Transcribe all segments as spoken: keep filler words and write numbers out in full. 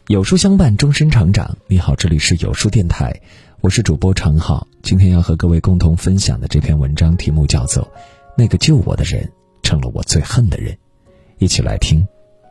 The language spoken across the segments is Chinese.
有书相伴，终身成长。你好，这里是有书电台，我是主播常浩。今天要和各位共同分享的这篇文章题目叫做《那个救我的人成了我最恨的人》，一起来听。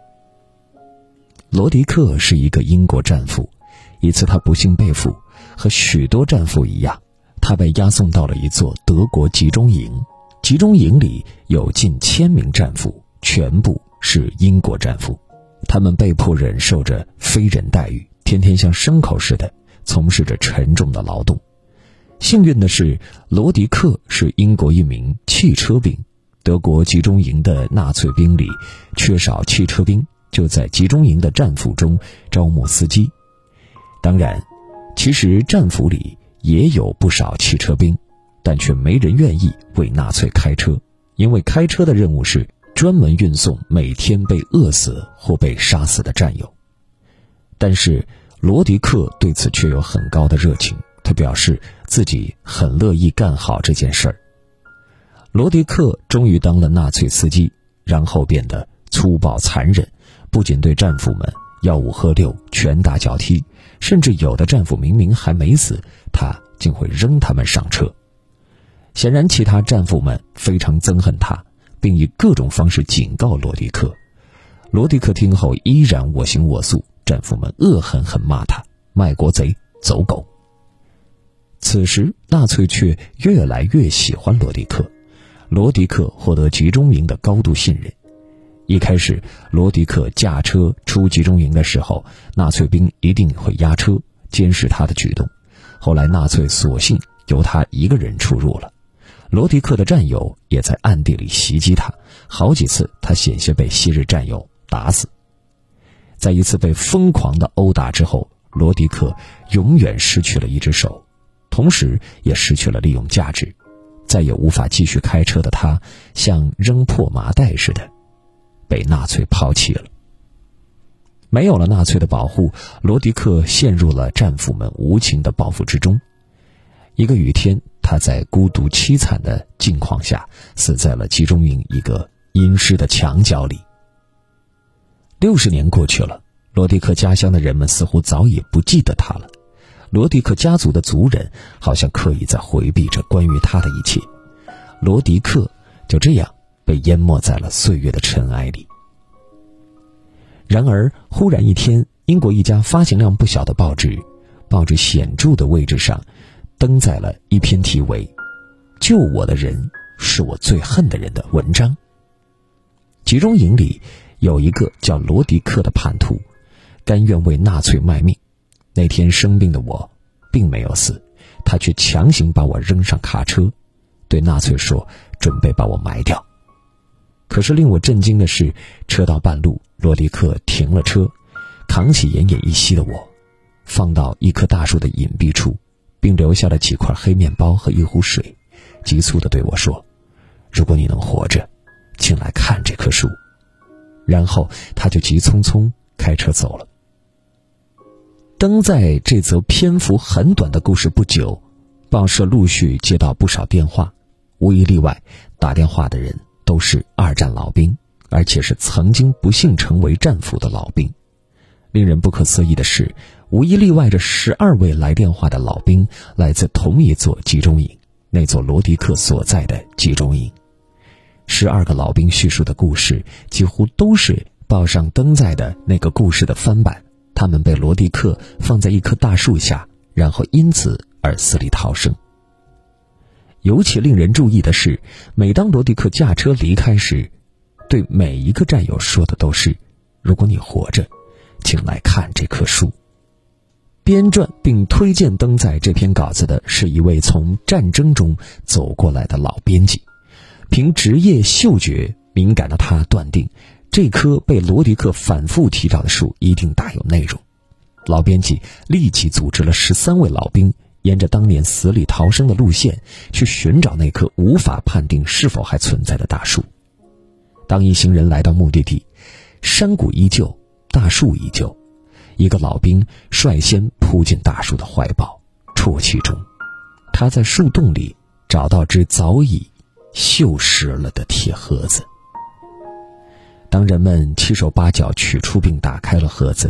罗迪克是一个英国战俘，一次他不幸被俘，和许多战俘一样，他被押送到了一座德国集中营。集中营里有近千名战俘，全部是英国战俘。他们被迫忍受着非人待遇，天天像牲口似的从事着沉重的劳动。幸运的是，罗迪克是英国一名汽车兵。德国集中营的纳粹兵里缺少汽车兵，就在集中营的战俘中招募司机。当然，其实战俘里也有不少汽车兵，但却没人愿意为纳粹开车，因为开车的任务是专门运送每天被饿死或被杀死的战友。但是罗迪克对此却有很高的热情，他表示自己很乐意干好这件事儿。罗迪克终于当了纳粹司机，然后变得粗暴残忍，不仅对战俘们吆五喝六、拳打脚踢，甚至有的战俘明明还没死，他竟会扔他们上车。显然其他战俘们非常憎恨他，并以各种方式警告罗迪克。罗迪克听后依然我行我素，战俘们恶狠狠骂他卖国贼、走狗。此时纳粹却越来越喜欢罗迪克，罗迪克获得集中营的高度信任。一开始罗迪克驾车出集中营的时候，纳粹兵一定会押车监视他的举动，后来纳粹索性由他一个人出入了。罗迪克的战友也在暗地里袭击他，好几次他险些被昔日战友打死。在一次被疯狂的殴打之后，罗迪克永远失去了一只手，同时也失去了利用价值，再也无法继续开车的他像扔破麻袋似的被纳粹抛弃了。没有了纳粹的保护，罗迪克陷入了战俘们无情的报复之中。一个雨天，他在孤独凄惨的境况下死在了集中营一个阴湿的墙角里。六十年过去了，罗迪克家乡的人们似乎早已不记得他了。罗迪克家族的族人好像刻意在回避着关于他的一切。罗迪克就这样被淹没在了岁月的尘埃里。然而忽然一天，英国一家发行量不小的报纸，报纸显著的位置上登载了一篇题为《救我的人是我最恨的人》的文章。集中营里有一个叫罗迪克的叛徒，甘愿为纳粹卖命。那天生病的我并没有死，他却强行把我扔上卡车，对纳粹说准备把我埋掉。可是令我震惊的是，车到半路，罗迪克停了车，扛起奄奄一息的我，放到一棵大树的隐蔽处，并留下了几块黑面包和一壶水，急促地对我说，如果你能活着，请来看这棵树。然后他就急匆匆开车走了。登在这则篇幅很短的故事不久，报社陆续接到不少电话，无一例外，打电话的人都是二战老兵，而且是曾经不幸成为战俘的老兵。令人不可思议的是，无一例外，这十二位来电话的老兵来自同一座集中营，那座罗迪克所在的集中营。十二个老兵叙述的故事几乎都是报上登载的那个故事的翻版，他们被罗迪克放在一棵大树下，然后因此而死里逃生。尤其令人注意的是，每当罗迪克驾车离开时，对每一个战友说的都是，如果你活着，请来看这棵树。编撰并推荐登载这篇稿子的是一位从战争中走过来的老编辑，凭职业嗅觉敏感的他断定，这棵被罗迪克反复提到的树一定大有内容。老编辑立即组织了十三位老兵，沿着当年死里逃生的路线去寻找那棵无法判定是否还存在的大树。当一行人来到目的地，山谷依旧，大树依旧，一个老兵率先扑进大树的怀抱，啜泣中，他在树洞里找到只早已锈蚀了的铁盒子。当人们七手八脚取出并打开了盒子，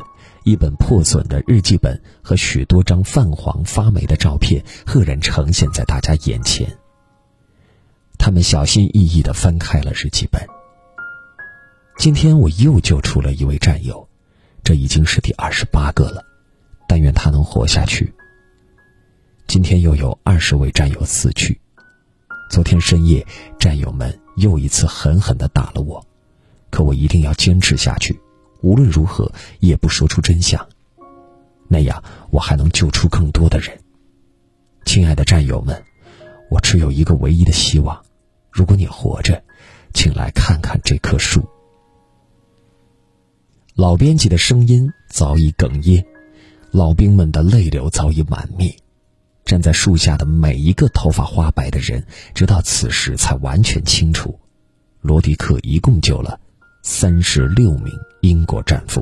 一本破损的日记本和许多张泛黄发霉的照片赫然呈现在大家眼前。他们小心翼翼地翻开了日记本。今天我又救出了一位战友，这已经是第二十八个了，但愿他能活下去。今天又有二十位战友死去。昨天深夜，战友们又一次狠狠地打了我，可我一定要坚持下去，无论如何也不说出真相，那样我还能救出更多的人。亲爱的战友们，我只有一个唯一的希望，如果你活着，请来看看这棵树。老编辑的声音早已哽咽，老兵们的泪流早已满面。站在树下的每一个头发花白的人，直到此时才完全清楚，罗迪克一共救了三十六名英国战俘。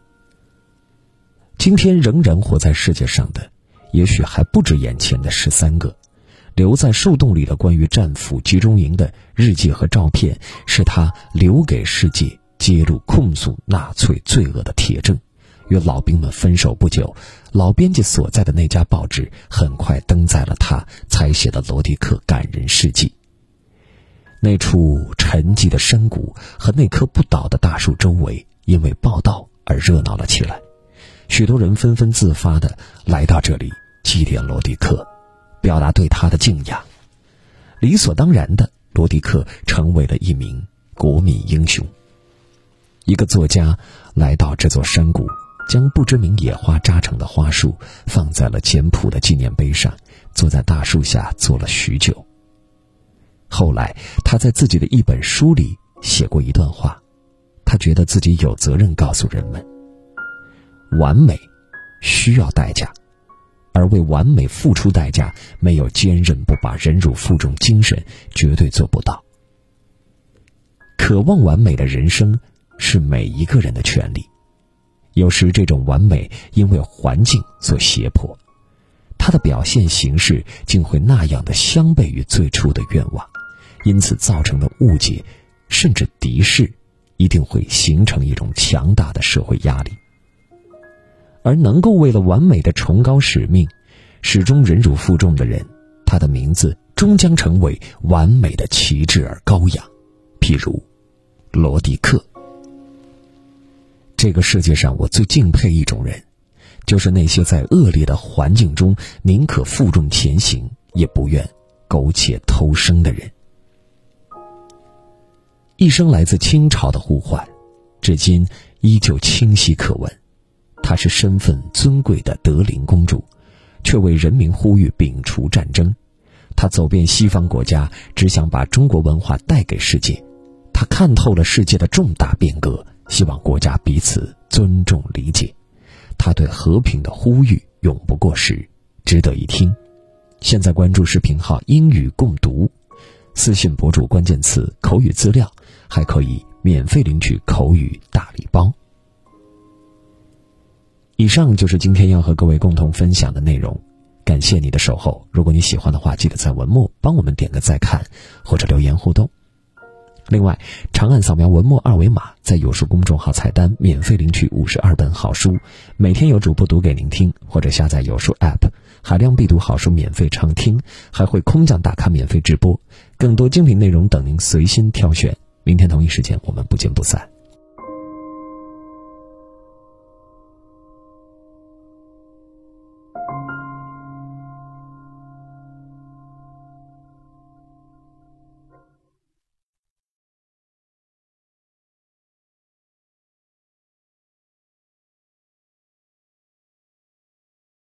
今天仍然活在世界上的，也许还不止眼前的十三个。留在树洞里的关于战俘集中营的日记和照片，是他留给世界揭露控诉纳粹罪恶的铁证。与老兵们分手不久，老编辑所在的那家报纸很快登载了他采写的罗迪克感人事迹。那处沉寂的山谷和那棵不倒的大树周围因为报道而热闹了起来，许多人纷纷自发地来到这里祭奠罗迪克，表达对他的敬仰。理所当然的，罗迪克成为了一名国民英雄。一个作家来到这座山谷，将不知名野花扎成的花束放在了简朴的纪念碑上，坐在大树下坐了许久。后来他在自己的一本书里写过一段话，他觉得自己有责任告诉人们，完美需要代价，而为完美付出代价，没有坚韧不拔忍辱负重精神，绝对做不到。渴望完美的人生是每一个人的权利，有时这种完美因为环境所胁迫，它的表现形式竟会那样的相悖于最初的愿望，因此造成的误解甚至敌视一定会形成一种强大的社会压力。而能够为了完美的崇高使命始终忍辱负重的人，他的名字终将成为完美的旗帜而高扬，譬如罗迪克。这个世界上我最敬佩一种人，就是那些在恶劣的环境中宁可负重前行，也不愿苟且偷生的人。一声来自清朝的呼唤，至今依旧清晰可闻。她是身份尊贵的德龄公主，却为人民呼吁摒除战争。她走遍西方国家，只想把中国文化带给世界。她看透了世界的重大变革，希望国家彼此尊重理解。他对和平的呼吁永不过时，值得一听。现在关注视频号英语共读，私信博主关键词口语资料，还可以免费领取口语大礼包。以上就是今天要和各位共同分享的内容，感谢你的守候。如果你喜欢的话，记得在文末帮我们点个再看或者留言互动。另外，长按扫描文末二维码，在有书公众号菜单免费领取五十二本好书，每天有主播读给您听，或者下载有书 App， 海量必读好书免费畅听，还会空降大咖免费直播，更多精品内容等您随心挑选。明天同一时间我们不见不散。